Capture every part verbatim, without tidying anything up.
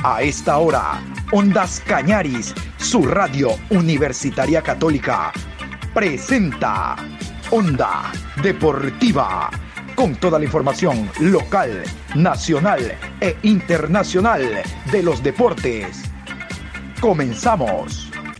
A esta hora, Ondas Cañaris, su radio universitaria católica, presenta Onda Deportiva, con toda la información local, nacional e internacional de los deportes. Comenzamos.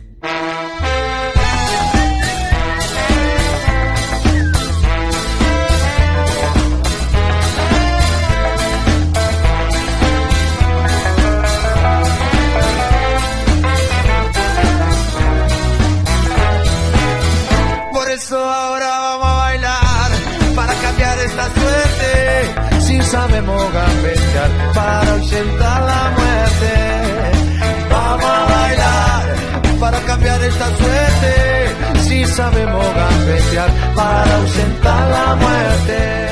Ahora vamos a bailar para cambiar esta suerte. Si sabemos gambetear para ausentar la muerte. Vamos a bailar para cambiar esta suerte. Si sabemos gambetear para ausentar la muerte.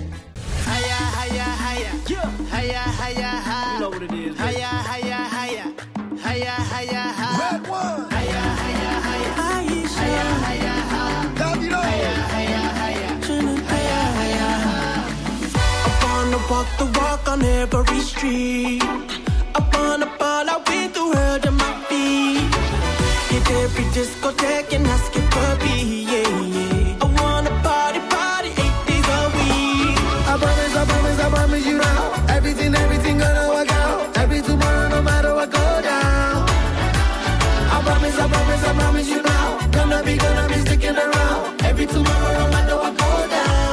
Walk the walk on every street. Up on the ball, I win the world on my feet. Hit every discotheque and ask it for me, yeah, yeah. I wanna party, party, eight days a week. I promise, I promise, I promise you now. Everything, everything gonna work out. Every tomorrow, no matter what go down. I promise, I promise, I promise you now. Gonna be, gonna be sticking around. Every tomorrow, no matter what go down.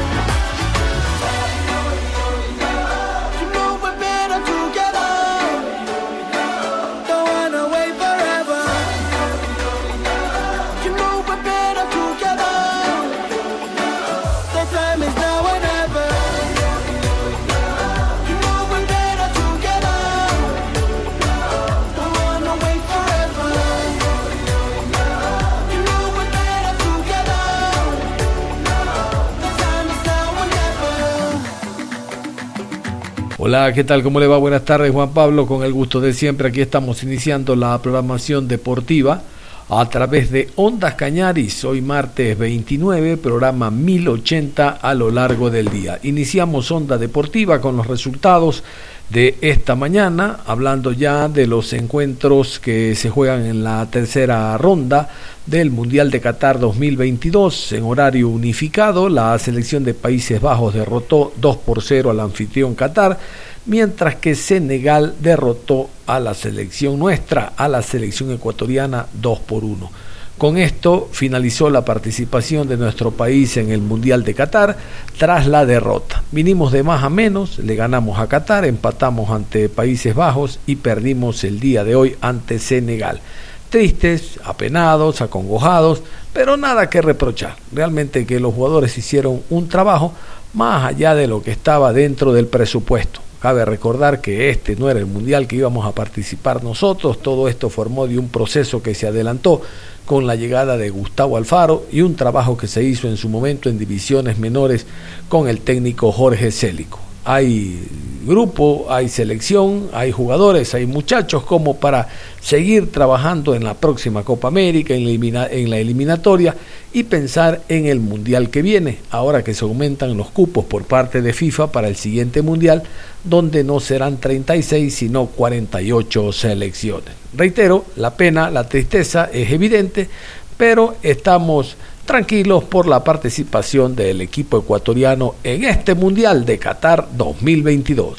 Hola, ¿qué tal? ¿Cómo le va? Buenas tardes, Juan Pablo, con el gusto de siempre. Aquí estamos iniciando la programación deportiva a través de Ondas Cañaris, hoy martes veintinueve, programa mil ochenta a lo largo del día. Iniciamos Onda Deportiva con los resultados de esta mañana, hablando ya de los encuentros que se juegan en la tercera ronda del Mundial de Qatar dos mil veintidós. En horario unificado, la selección de Países Bajos derrotó dos por cero al anfitrión Qatar, mientras que Senegal derrotó a la selección nuestra, a la selección ecuatoriana, dos por uno. Con esto finalizó la participación de nuestro país en el Mundial de Qatar tras la derrota. Vinimos de más a menos, le ganamos a Qatar, empatamos ante Países Bajos y perdimos el día de hoy ante Senegal. Tristes, apenados, acongojados, pero nada que reprochar. Realmente que los jugadores hicieron un trabajo más allá de lo que estaba dentro del presupuesto. Cabe recordar que este no era el mundial que íbamos a participar nosotros. Todo esto formó de un proceso que se adelantó con la llegada de Gustavo Alfaro y un trabajo que se hizo en su momento en divisiones menores con el técnico Jorge Célico. Hay grupo, hay selección, hay jugadores, hay muchachos como para seguir trabajando en la próxima Copa América, en la, elimina, en la eliminatoria y pensar en el mundial que viene, ahora que se aumentan los cupos por parte de FIFA para el siguiente mundial, donde no serán treinta y seis sino cuarenta y ocho selecciones. Reitero, la pena, la tristeza es evidente, pero estamos tranquilos por la participación del equipo ecuatoriano en este Mundial de Qatar dos mil veintidós.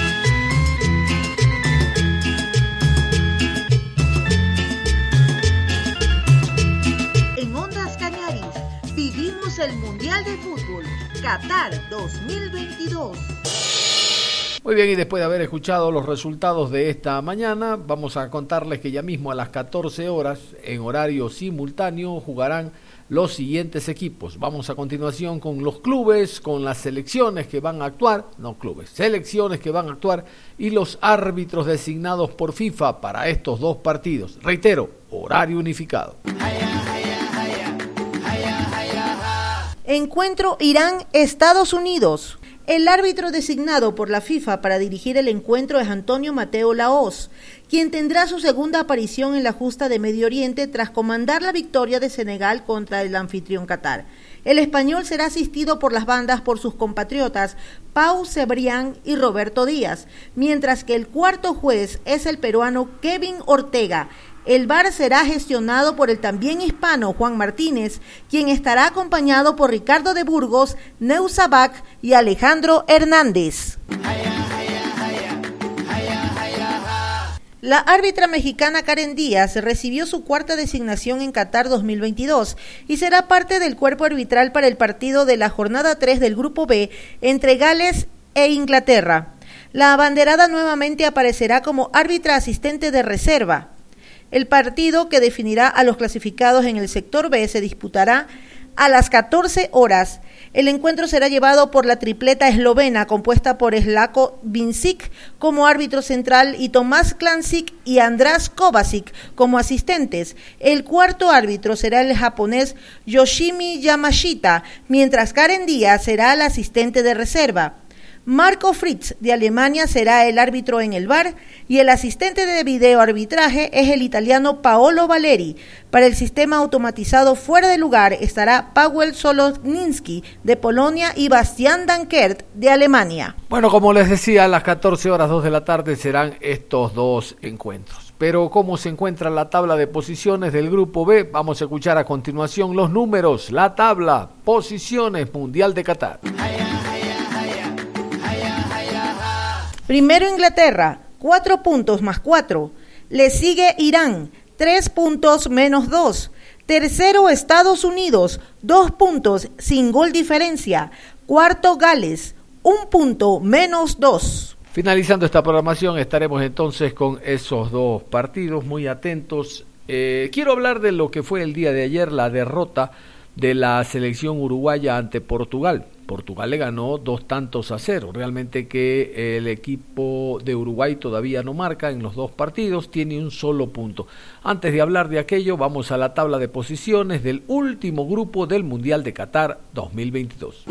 En Ondas Cañaris vivimos el Mundial de Fútbol Qatar dos mil veintidós. Muy bien, y después de haber escuchado los resultados de esta mañana, vamos a contarles que ya mismo a las catorce horas, en horario simultáneo, jugarán los siguientes equipos. Vamos a continuación con los clubes, con las selecciones que van a actuar, no clubes, selecciones que van a actuar y los árbitros designados por FIFA para estos dos partidos. Reitero, horario unificado. Encuentro Irán-Estados Unidos. El árbitro designado por la FIFA para dirigir el encuentro es Antonio Mateo Lahoz, quien tendrá su segunda aparición en la justa de Medio Oriente tras comandar la victoria de Senegal contra el anfitrión Qatar. El español será asistido por las bandas por sus compatriotas Pau Cebrián y Roberto Díaz, mientras que el cuarto juez es el peruano Kevin Ortega. El V A R será gestionado por el también hispano Juan Martínez, quien estará acompañado por Ricardo de Burgos, Neusabac y Alejandro Hernández. La árbitra mexicana Karen Díaz recibió su cuarta designación en Qatar dos mil veintidós y será parte del cuerpo arbitral para el partido de la jornada tres del Grupo B entre Gales e Inglaterra. La abanderada nuevamente aparecerá como árbitra asistente de reserva. El partido, que definirá a los clasificados en el sector B, se disputará a las catorce horas. El encuentro será llevado por la tripleta eslovena compuesta por Slavko Vincic como árbitro central y Tomás Klancic y András Kovacic como asistentes. El cuarto árbitro será el japonés Yoshimi Yamashita, mientras Karen Díaz será la asistente de reserva. Marco Fritz de Alemania será el árbitro en el V A R y el asistente de videoarbitraje es el italiano Paolo Valeri. Para el sistema automatizado fuera de lugar estará Paweł Soloniński de Polonia y Bastian Dankert de Alemania. Bueno, como les decía, a las catorce horas dos de la tarde serán estos dos encuentros. Pero ¿cómo se encuentra la tabla de posiciones del Grupo B? Vamos a escuchar a continuación los números, la tabla, posiciones Mundial de Qatar. Primero Inglaterra, cuatro puntos más cuatro. Le sigue Irán, tres puntos menos dos. Tercero Estados Unidos, dos puntos sin gol diferencia. Cuarto Gales, un punto menos dos. Finalizando esta programación estaremos entonces con esos dos partidos, muy atentos. Eh, quiero hablar de lo que fue el día de ayer, la derrota de la selección uruguaya ante Portugal. Portugal le ganó dos tantos a cero. Realmente que el equipo de Uruguay todavía no marca en los dos partidos, tiene un solo punto. Antes de hablar de aquello, vamos a la tabla de posiciones del último grupo del Mundial de Qatar dos mil veintidós.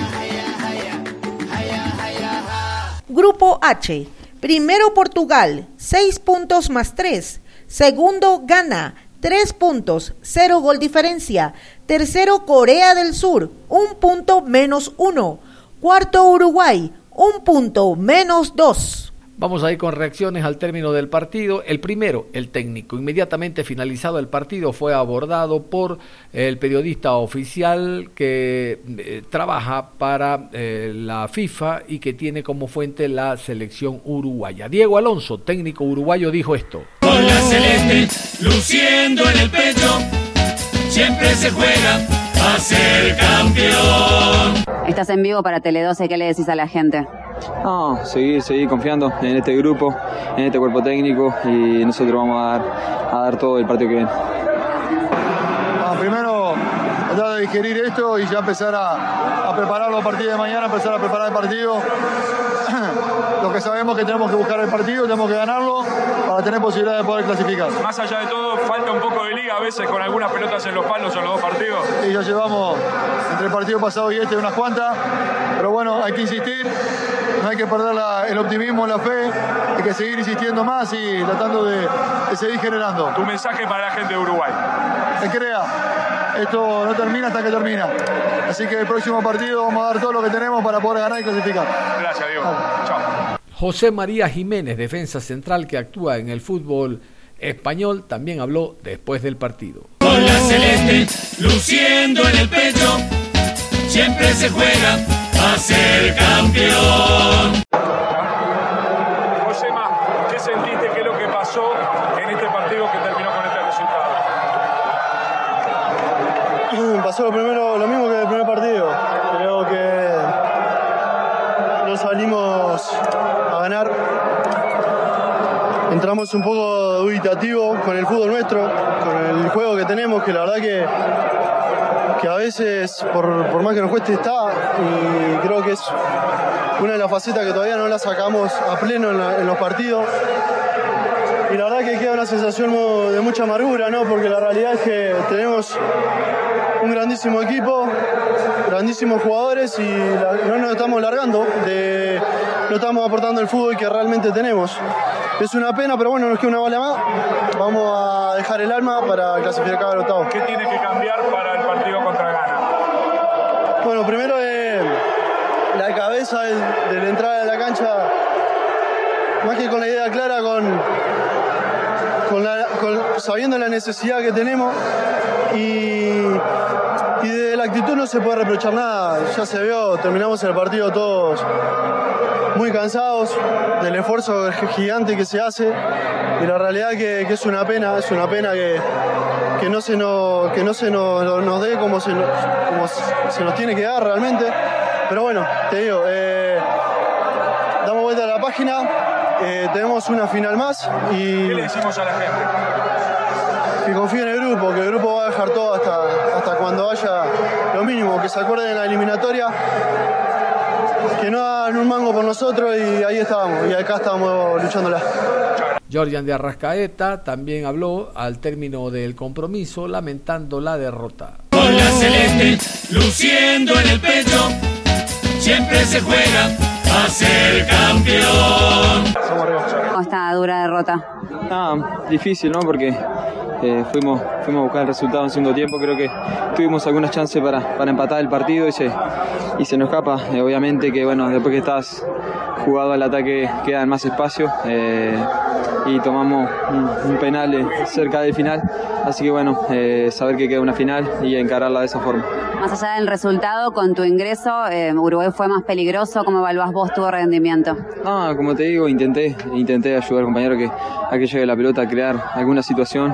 Grupo H. Primero Portugal, seis puntos más tres. Segundo Ghana, tres puntos, cero gol diferencia. Tercero Corea del Sur, un punto menos uno. Cuarto Uruguay, un punto menos dos. Vamos a ir con reacciones al término del partido. El primero, el técnico. Inmediatamente finalizado el partido fue abordado por el periodista oficial que eh, trabaja para eh, la FIFA y que tiene como fuente la selección uruguaya. Diego Alonso, técnico uruguayo, dijo esto. Con la celeste luciendo en el pecho, siempre se juega a ser campeón. Estás en vivo para Tele doce, ¿qué le decís a la gente? No, seguir, seguir confiando en este grupo, en este cuerpo técnico y nosotros vamos a dar, a dar todo el partido que viene. No, primero tratar de digerir esto y ya empezar a, a preparar los partidos de mañana, empezar a preparar el partido. Lo que sabemos que tenemos que buscar el partido, tenemos que ganarlo para tener posibilidad de poder clasificar. Más allá de todo, falta un poco de liga a veces con algunas pelotas en los palos en los dos partidos. Y ya llevamos entre el partido pasado y este unas cuantas, pero bueno, hay que insistir, no hay que perder la, el optimismo, la fe, hay que seguir insistiendo más y tratando de, de seguir generando. Tu mensaje para la gente de Uruguay. Que crea, esto no termina hasta que termina, así que el próximo partido vamos a dar todo lo que tenemos para poder ganar y clasificar. Gracias, Diego. Chao. José María Jiménez, defensa central que actúa en el fútbol español, también habló después del partido. Con la celeste luciendo en el pecho, siempre se juega a ser campeón. Josema, ¿qué sentiste? ¿Qué es lo que pasó en este partido que terminó con este resultado? Pasó lo, primero, lo mismo que el primer partido. Creo que no salimos a ganar. Entramos un poco dubitativo con el fútbol nuestro, con el juego que tenemos, que la verdad que, que a veces, por, por más que nos cueste, está. Y creo que es una de las facetas que todavía no la sacamos a pleno en, la, en los partidos. Y la verdad que queda una sensación de mucha amargura, ¿no? Porque la realidad es que tenemos un grandísimo equipo, grandísimos jugadores y la, no nos estamos largando, de, no estamos aportando el fútbol que realmente tenemos. Es una pena, pero bueno, nos queda una bala más. Vamos a dejar el alma para clasificar al octavo. ¿Qué tiene que cambiar para el partido contra Ghana? Bueno, primero eh, la cabeza de, de la entrada de la cancha, más que con la idea clara, con, con, la, con sabiendo la necesidad que tenemos y, y de la actitud no se puede reprochar nada. Ya se vio, terminamos el partido todos muy cansados del esfuerzo gigante que se hace y la realidad que, que es una pena, es una pena que, que no se nos, que no se nos, nos dé como se nos, como se nos tiene que dar realmente. Pero bueno, te digo, eh, damos vuelta a la página, eh, tenemos una final más y... ¿Qué le decimos a la gente? Que confíe en el grupo, que el grupo va a dejar todo hasta, hasta cuando haya lo mínimo, que se acuerden de la eliminatoria, que no hagan un mango por nosotros y ahí estábamos, y acá estábamos luchándola. Georgian de Arrascaeta también habló al término del compromiso lamentando la derrota. Con la celeste luciendo en el pecho, siempre se juega a ser campeón. ¿Cómo está dura derrota? Nada, difícil, ¿no? Porque eh, fuimos, fuimos a buscar el resultado en segundo tiempo. Creo que tuvimos algunas chances para, para empatar el partido y se, y se nos escapa. Eh, obviamente que, bueno, después que estás jugado al ataque quedan más espacio. Eh, y tomamos un, un penal eh, cerca del final, así que bueno, eh, saber que queda una final y encararla de esa forma. Más allá del resultado, con tu ingreso, eh, Uruguay fue más peligroso. ¿Cómo evaluás vos tu rendimiento? No, como te digo, intenté, intenté ayudar al compañero que, a que llegue la pelota, a crear alguna situación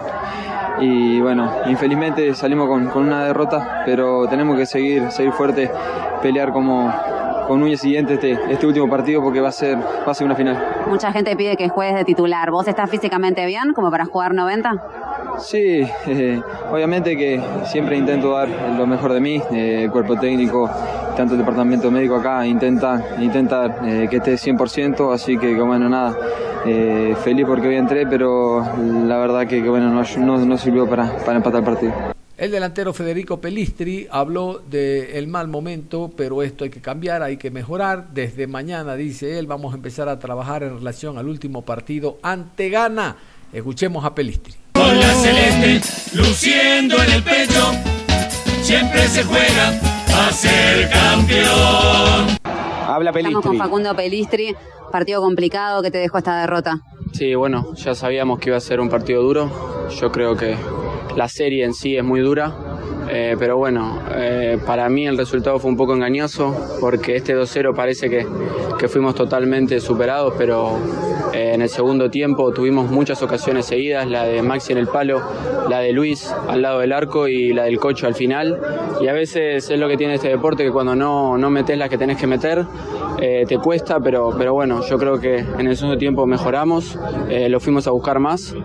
y bueno, infelizmente salimos con, con una derrota, pero tenemos que seguir, seguir fuerte, pelear como con uñas y dientes este, este último partido porque va a ser va a ser una final. Mucha gente pide que juegues de titular. ¿Vos estás físicamente bien como para jugar noventa? Sí, eh, obviamente que siempre intento dar lo mejor de mí. Eh, el cuerpo técnico, tanto el departamento médico acá, intenta, intenta eh, que esté cien por ciento, así que bueno, nada, eh, feliz porque hoy entré, pero la verdad que, que bueno, no, no, no sirvió para, para empatar el partido. El delantero Federico Pelistri habló del mal momento, pero esto hay que cambiar, hay que mejorar. Desde mañana, dice él, vamos a empezar a trabajar en relación al último partido ante Ghana. Escuchemos a Pelistri. Con la celeste luciendo en el pecho, siempre se juega a ser campeón. Habla Pelistri. Estamos con Facundo Pelistri, partido complicado que te dejó esta derrota. Sí, bueno, ya sabíamos que iba a ser un partido duro. Yo creo que la serie en sí es muy dura, eh, pero bueno, eh, para mí el resultado fue un poco engañoso porque este dos cero parece que, que fuimos totalmente superados, pero eh, en el segundo tiempo tuvimos muchas ocasiones seguidas, la de Maxi en el palo, la de Luis al lado del arco y la del Cocho al final, y a veces es lo que tiene este deporte, que cuando no, no metés las que tenés que meter, eh, te cuesta, pero, pero bueno, yo creo que en el segundo tiempo mejoramos, eh, lo fuimos a buscar más.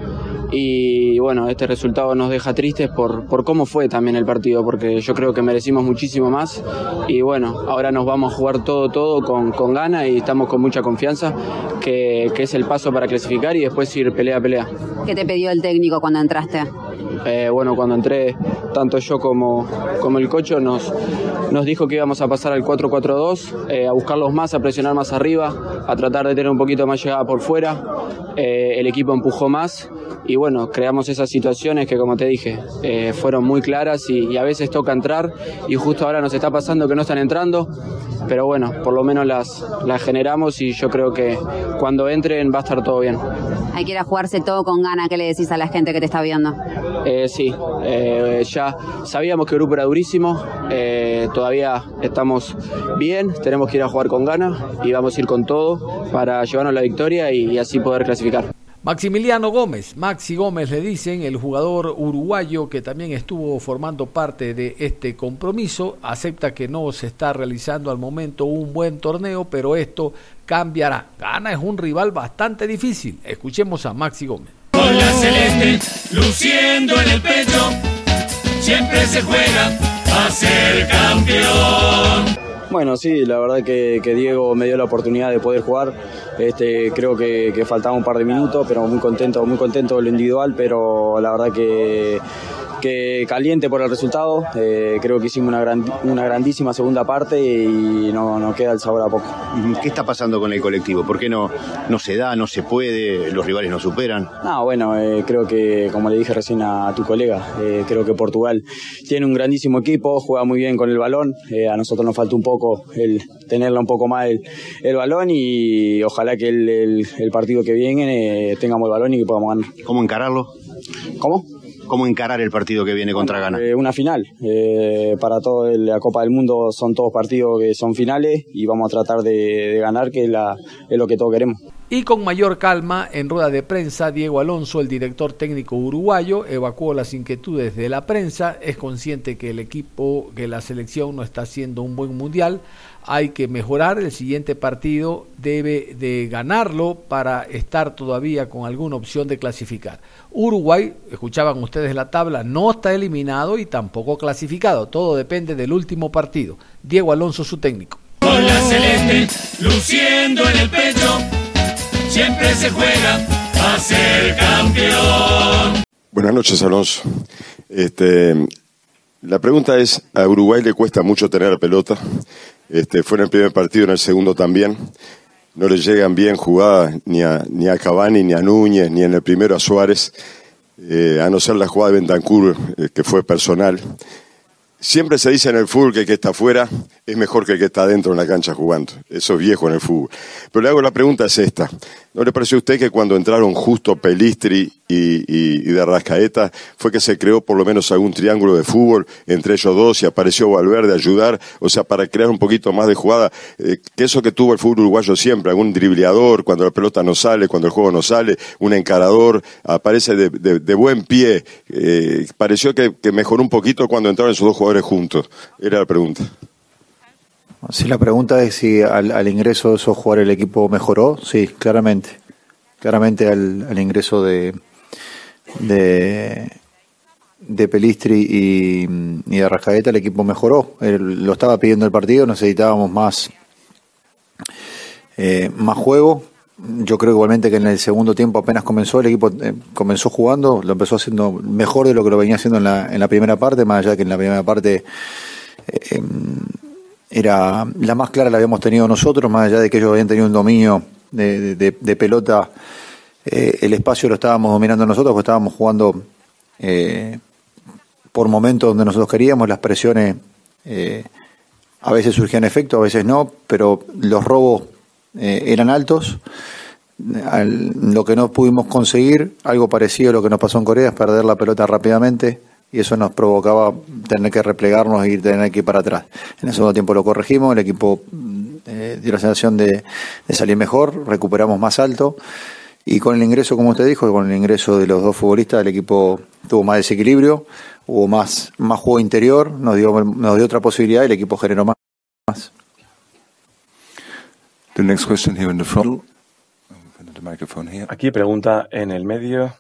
Y bueno, este resultado nos deja tristes por, por cómo fue también el partido, porque yo creo que merecimos muchísimo más y bueno, ahora nos vamos a jugar todo, todo con, con ganas y estamos con mucha confianza, que, que es el paso para clasificar y después ir pelea a pelea. ¿Qué te pidió el técnico cuando entraste? Eh, bueno, cuando entré, tanto yo como, como el Cocho nos, nos dijo que íbamos a pasar al cuatro cuatro dos, eh, a buscarlos más, a presionar más arriba, a tratar de tener un poquito más llegada por fuera. Eh, el equipo empujó más y bueno, creamos esas situaciones que, como te dije, eh, fueron muy claras y, y a veces toca entrar y justo ahora nos está pasando que no están entrando, pero bueno, por lo menos las, las generamos y yo creo que cuando entren va a estar todo bien. Hay que ir a jugarse todo con ganas. ¿Qué le decís a la gente que te está viendo? Eh, sí, eh, ya sabíamos que el grupo era durísimo, eh, todavía estamos bien, tenemos que ir a jugar con ganas y vamos a ir con todo para llevarnos la victoria y, y así poder clasificar. Maximiliano Gómez, Maxi Gómez le dicen, el jugador uruguayo que también estuvo formando parte de este compromiso, acepta que no se está realizando al momento un buen torneo, pero esto cambiará. Ghana es un rival bastante difícil. Escuchemos a Maxi Gómez. Con la celeste luciendo en el pecho, siempre se juega a ser campeón. Bueno, sí, la verdad que, que Diego me dio la oportunidad de poder jugar. Este, creo que, que faltaba un par de minutos, pero muy contento, muy contento de lo individual, pero la verdad que, que caliente por el resultado. Eh, creo que hicimos una, gran, una grandísima segunda parte y no, no queda el sabor a poco. ¿Qué está pasando con el colectivo? ¿Por qué no, no se da, no se puede, los rivales no superan? No, bueno, eh, creo que, como le dije recién a tu colega, eh, creo que Portugal tiene un grandísimo equipo, juega muy bien con el balón. Eh, a nosotros nos falta un poco el tenerla un poco más el, el balón y ojalá que el, el, el partido que viene eh, tengamos el balón y que podamos ganar. ¿Cómo encararlo? ¿Cómo? ¿Cómo encarar el partido que viene contra Ghana? Eh, una final. Eh, para toda la Copa del Mundo son todos partidos que son finales y vamos a tratar de, de ganar, que es, la, es lo que todos queremos. Y con mayor calma, en rueda de prensa, Diego Alonso, el director técnico uruguayo, evacuó las inquietudes de la prensa. Es consciente que el equipo, que la selección no está haciendo un buen mundial. Hay que mejorar, el siguiente partido debe de ganarlo para estar todavía con alguna opción de clasificar. Uruguay, escuchaban ustedes la tabla, no está eliminado y tampoco clasificado. Todo depende del último partido. Diego Alonso, su técnico. Con la celeste, luciendo en el pecho, siempre se juega a ser campeón. Buenas noches, Alonso. Este, la pregunta es, a Uruguay le cuesta mucho tener la pelota. Este, fue en el primer partido, en el segundo también. No le llegan bien jugadas ni a, ni a Cavani, ni a Núñez, ni en el primero a Suárez, eh, a no ser la jugada de Bentancur, eh, que fue personal. Siempre se dice en el fútbol que el que está afuera es mejor que el que está adentro en la cancha jugando. Eso es viejo en el fútbol. Pero le hago la pregunta, es esta. ¿No le pareció a usted que cuando entraron justo Pelistri y, y, y de Arrascaeta fue que se creó por lo menos algún triángulo de fútbol entre ellos dos y apareció Valverde a ayudar? O sea, para crear un poquito más de jugada. Eh, que eso que tuvo el fútbol uruguayo siempre, algún dribleador, cuando la pelota no sale, cuando el juego no sale, un encarador, aparece de, de, de buen pie. Eh, pareció que, que mejoró un poquito cuando entraron esos dos jugadores juntos. Era la pregunta. Si la pregunta es si al, al ingreso de esos jugadores el equipo mejoró, sí, claramente. Claramente al, al ingreso de, de, de Pelistri y, y de Arrascaeta el equipo mejoró. Él, lo estaba pidiendo el partido, necesitábamos más, eh, más juego. Yo creo igualmente que en el segundo tiempo apenas comenzó, el equipo eh, comenzó jugando, lo empezó haciendo mejor de lo que lo venía haciendo en la, en la primera parte, más allá de que en la primera parte eh, era la más clara la habíamos tenido nosotros, más allá de que ellos habían tenido un dominio de, de, de pelota, eh, el espacio lo estábamos dominando nosotros, porque estábamos jugando eh, por momentos donde nosotros queríamos, las presiones eh, a veces surgían efecto, a veces no, pero los robos eh, eran altos. Al, lo que no pudimos conseguir, algo parecido a lo que nos pasó en Corea, es perder la pelota rápidamente, y eso nos provocaba tener que replegarnos y tener que ir para atrás. En el segundo tiempo lo corregimos, el equipo eh, dio la sensación de, de salir mejor, recuperamos más alto, y con el ingreso, como usted dijo, con el ingreso de los dos futbolistas, el equipo tuvo más desequilibrio, hubo más, más juego interior, nos dio, nos dio otra posibilidad y el equipo generó más. The next question here in the front. Aquí pregunta en el medio.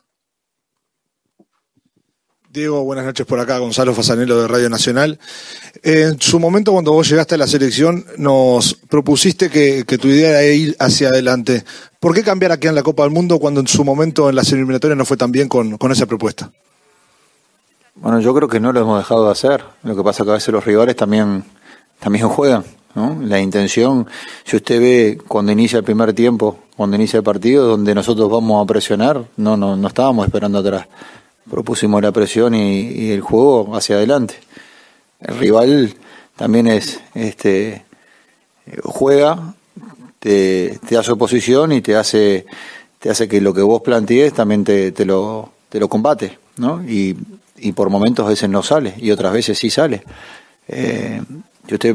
Diego, buenas noches por acá, Gonzalo Fasanelo de Radio Nacional. En su momento, cuando vos llegaste a la selección, nos propusiste que, que tu idea era ir hacia adelante. ¿Por qué cambiar aquí en la Copa del Mundo cuando en su momento en las eliminatorias no fue tan bien con, con esa propuesta? Bueno, yo creo que no lo hemos dejado de hacer. Lo que pasa es que a veces los rivales también, también juegan, ¿no? La intención, si usted ve cuando inicia el primer tiempo, cuando inicia el partido, donde nosotros vamos a presionar, no, no, no estábamos esperando atrás. Propusimos la presión y, y el juego hacia adelante. El rival también es, este, juega, te, te hace oposición y te hace, te hace que lo que vos plantees también te, te lo, te lo combate, ¿no? Y, y por momentos a veces no sale y otras veces sí sale. Eh, si usted,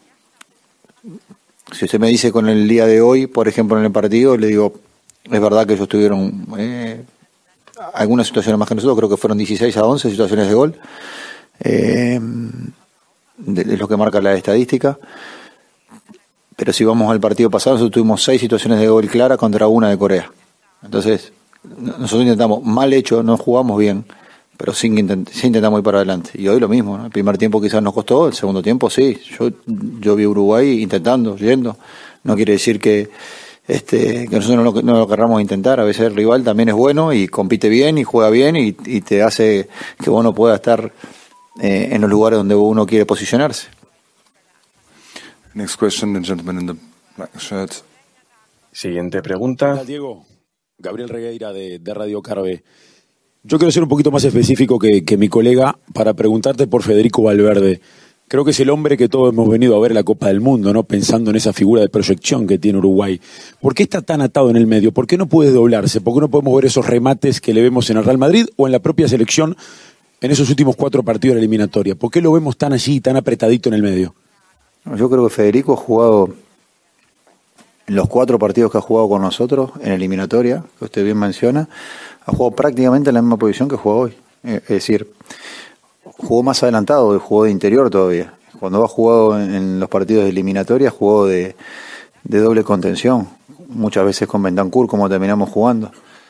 si usted me dice con el día de hoy, por ejemplo en el partido, le digo, es verdad que ellos tuvieron eh, algunas situaciones más que nosotros, creo que fueron dieciséis a once situaciones de gol, eh, de, de lo que marca la estadística, pero si vamos al partido pasado, nosotros tuvimos seis situaciones de gol claras contra una de Corea. Entonces, nosotros intentamos, mal hecho, no jugamos bien, pero sí, intent, sí intentamos ir para adelante. Y hoy lo mismo, ¿no? El primer tiempo quizás nos costó, el segundo tiempo sí. Yo, yo vi a Uruguay intentando, yendo. No quiere decir que este, que nosotros no lo, no lo querramos intentar. A veces el rival también es bueno y compite bien y juega bien y, y te hace que uno pueda estar eh, en los lugares donde uno quiere posicionarse. Next question, the gentleman in the black shirt. Siguiente pregunta. Hola, Diego. Gabriel Regueira de, de Radio Carve. Yo quiero ser un poquito más específico que, que mi colega para preguntarte por Federico Valverde. Creo que es el hombre que todos hemos venido a ver la Copa del Mundo, ¿no? Pensando en esa figura de proyección que tiene Uruguay. ¿Por qué está tan atado en el medio? ¿Por qué no puede doblarse? ¿Por qué no podemos ver esos remates que le vemos en el Real Madrid o en la propia selección en esos últimos cuatro partidos de la eliminatoria? ¿Por qué lo vemos tan allí, tan apretadito en el medio? Yo creo que Federico ha jugado los cuatro partidos que ha jugado con nosotros en eliminatoria, que usted bien menciona, ha jugado prácticamente en la misma posición que juega hoy. Es decir, jugó más adelantado, jugó de interior todavía. Cuando ha jugado en los partidos de eliminatoria, jugó de, de doble contención, muchas veces con Bentancur, como terminamos jugando.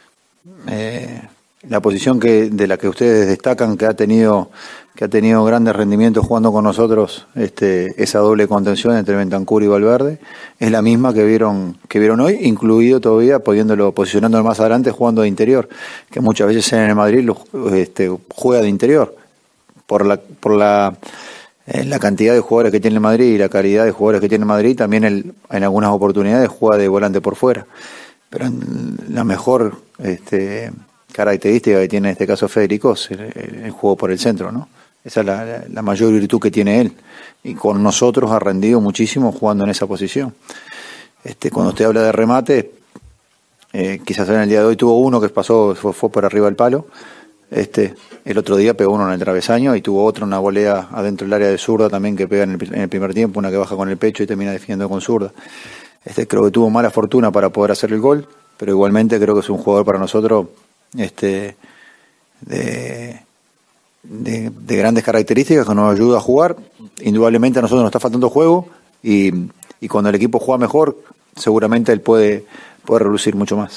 Eh, la posición que de la que ustedes destacan que ha tenido que ha tenido grandes rendimientos jugando con nosotros, este, esa doble contención entre Bentancur y Valverde, es la misma que vieron que vieron hoy, incluido todavía poniéndolo, posicionándolo más adelante jugando de interior, que muchas veces en el Madrid lo, este, juega de interior, por la por la, eh, la cantidad de jugadores que tiene el Madrid y la calidad de jugadores que tiene el Madrid, también el, en algunas oportunidades juega de volante por fuera, pero en la mejor este, característica que tiene en este caso Federico es el, el juego por el centro, ¿no? Esa es la, la mayor virtud que tiene él. Y con nosotros ha rendido muchísimo jugando en esa posición. Este, cuando usted habla de remate, eh, quizás en el día de hoy tuvo uno que pasó, fue, fue por arriba del palo. Este, el otro día pegó uno en el travesaño y tuvo otro, una volea adentro del área de zurda también que pega en el, en el primer tiempo, una que baja con el pecho y termina defendiendo con zurda. Este, creo que tuvo mala fortuna para poder hacer el gol, pero igualmente creo que es un jugador para nosotros este, de... De, de grandes características que nos ayuda a jugar. Indudablemente a nosotros nos está faltando juego y, y cuando el equipo juega mejor seguramente él puede, puede relucir mucho más.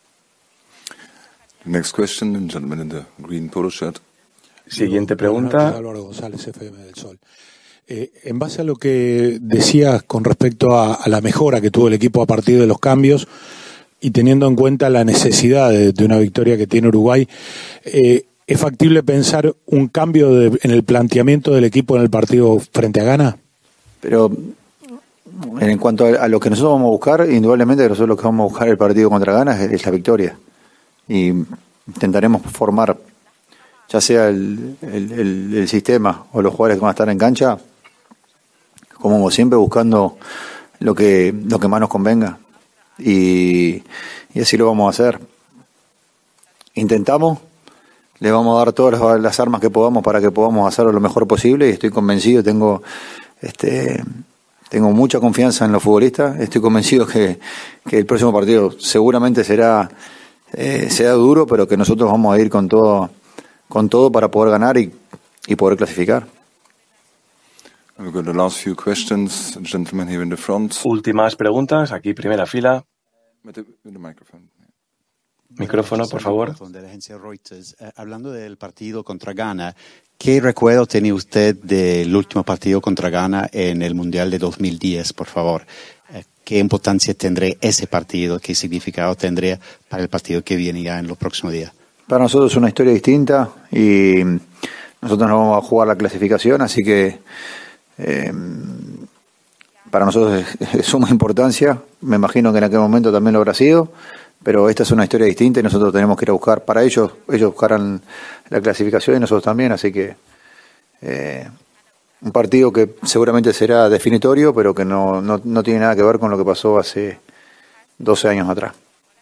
Next question, the gentleman in the green polo shirt. Siguiente pregunta. Álvaro González, F M del Sol. Eh, en base a lo que decías con respecto a, a la mejora que tuvo el equipo a partir de los cambios y teniendo en cuenta la necesidad de, de una victoria que tiene Uruguay, eh, ¿es factible pensar un cambio de, en el planteamiento del equipo en el partido frente a Ghana? Pero en cuanto a, a lo que nosotros vamos a buscar, indudablemente nosotros lo que vamos a buscar el partido contra Ghana es, es la victoria. Y intentaremos formar, ya sea el, el, el, el sistema o los jugadores que van a estar en cancha, como siempre buscando lo que, lo que más nos convenga. Y, y así lo vamos a hacer. Intentamos. Le vamos a dar todas las armas que podamos para que podamos hacerlo lo mejor posible y estoy convencido, tengo este tengo mucha confianza en los futbolistas, estoy convencido que, que el próximo partido seguramente será eh, será duro, pero que nosotros vamos a ir con todo con todo para poder ganar y, y poder clasificar. We've got the last few questions, the gentleman here in the front. Últimas preguntas, aquí primera fila. With the, with the microphone. Micrófono, por favor. De la agencia Reuters. Eh, hablando del partido contra Ghana, ¿qué recuerdo tiene usted del último partido contra Ghana en el Mundial de dos mil diez, por favor? Eh, ¿Qué importancia tendrá ese partido? ¿Qué significado tendría para el partido que viene ya en los próximos días? Para nosotros es una historia distinta y nosotros no vamos a jugar la clasificación, así que eh, para nosotros es de suma importancia. Me imagino que en aquel momento también lo habrá sido. Pero esta es una historia distinta y nosotros tenemos que ir a buscar, para ellos, ellos buscarán la clasificación y nosotros también, así que eh, un partido que seguramente será definitorio, pero que no, no, no tiene nada que ver con lo que pasó hace doce años atrás.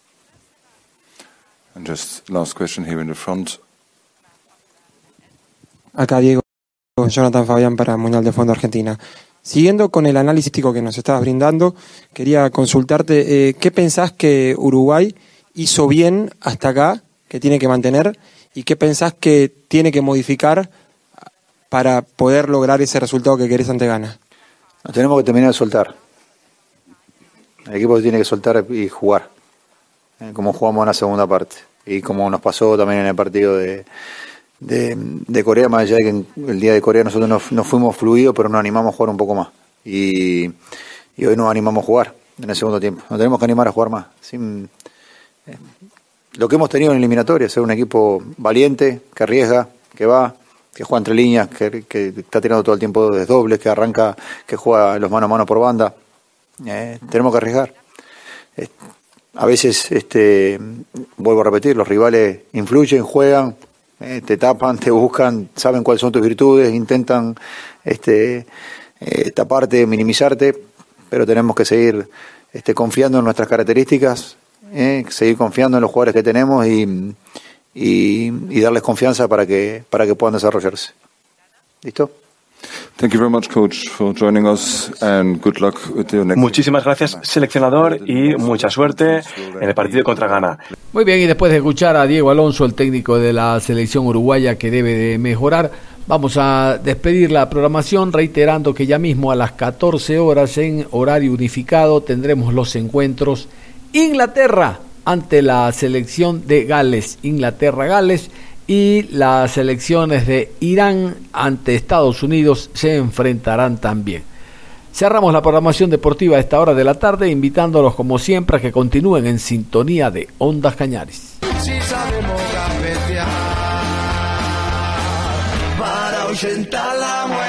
And just last question here in the front. Acá Diego, Jonathan Fabián para Mundial de Fondo Argentina. Siguiendo con el análisis que nos estabas brindando, quería consultarte, eh, ¿qué pensás que Uruguay hizo bien hasta acá, que tiene que mantener, y qué pensás que tiene que modificar para poder lograr ese resultado que querés ante Ghana? Nos tenemos que terminar de soltar. El equipo tiene que soltar y jugar, eh, como jugamos en la segunda parte, y como nos pasó también en el partido de... De, de Corea, más allá de que en el día de Corea nosotros nos, nos fuimos fluidos, pero nos animamos a jugar un poco más y, y hoy nos animamos a jugar en el segundo tiempo. Nos tenemos que animar a jugar más. Sin, eh, lo que hemos tenido en eliminatoria, ser un equipo valiente, que arriesga, que va, que juega entre líneas, que, que está tirando todo el tiempo desdobles, que arranca, que juega los mano a mano por banda. Eh, tenemos que arriesgar. Eh, a veces, este, vuelvo a repetir, los rivales influyen, juegan, eh, te tapan, te buscan, saben cuáles son tus virtudes, intentan este, eh, taparte, minimizarte, pero tenemos que seguir este, confiando en nuestras características, eh, seguir confiando en los jugadores que tenemos y, y, y darles confianza para que, para que puedan desarrollarse. ¿Listo? Thank you very much, coach, for joining us, and good luck with your next. Muchísimas gracias, seleccionador, y mucha suerte en el partido contra Ghana. Muy bien, y después de escuchar a Diego Alonso, el técnico de la selección uruguaya que debe de mejorar, vamos a despedir la programación reiterando que ya mismo a las catorce horas en horario unificado tendremos los encuentros Inglaterra ante la selección de Gales, Inglaterra-Gales, y las selecciones de Irán ante Estados Unidos se enfrentarán también. Cerramos la programación deportiva a esta hora de la tarde, invitándolos como siempre a que continúen en sintonía de Ondas Cañaris. Si sabemos gambetear para ahuyentar la muerte.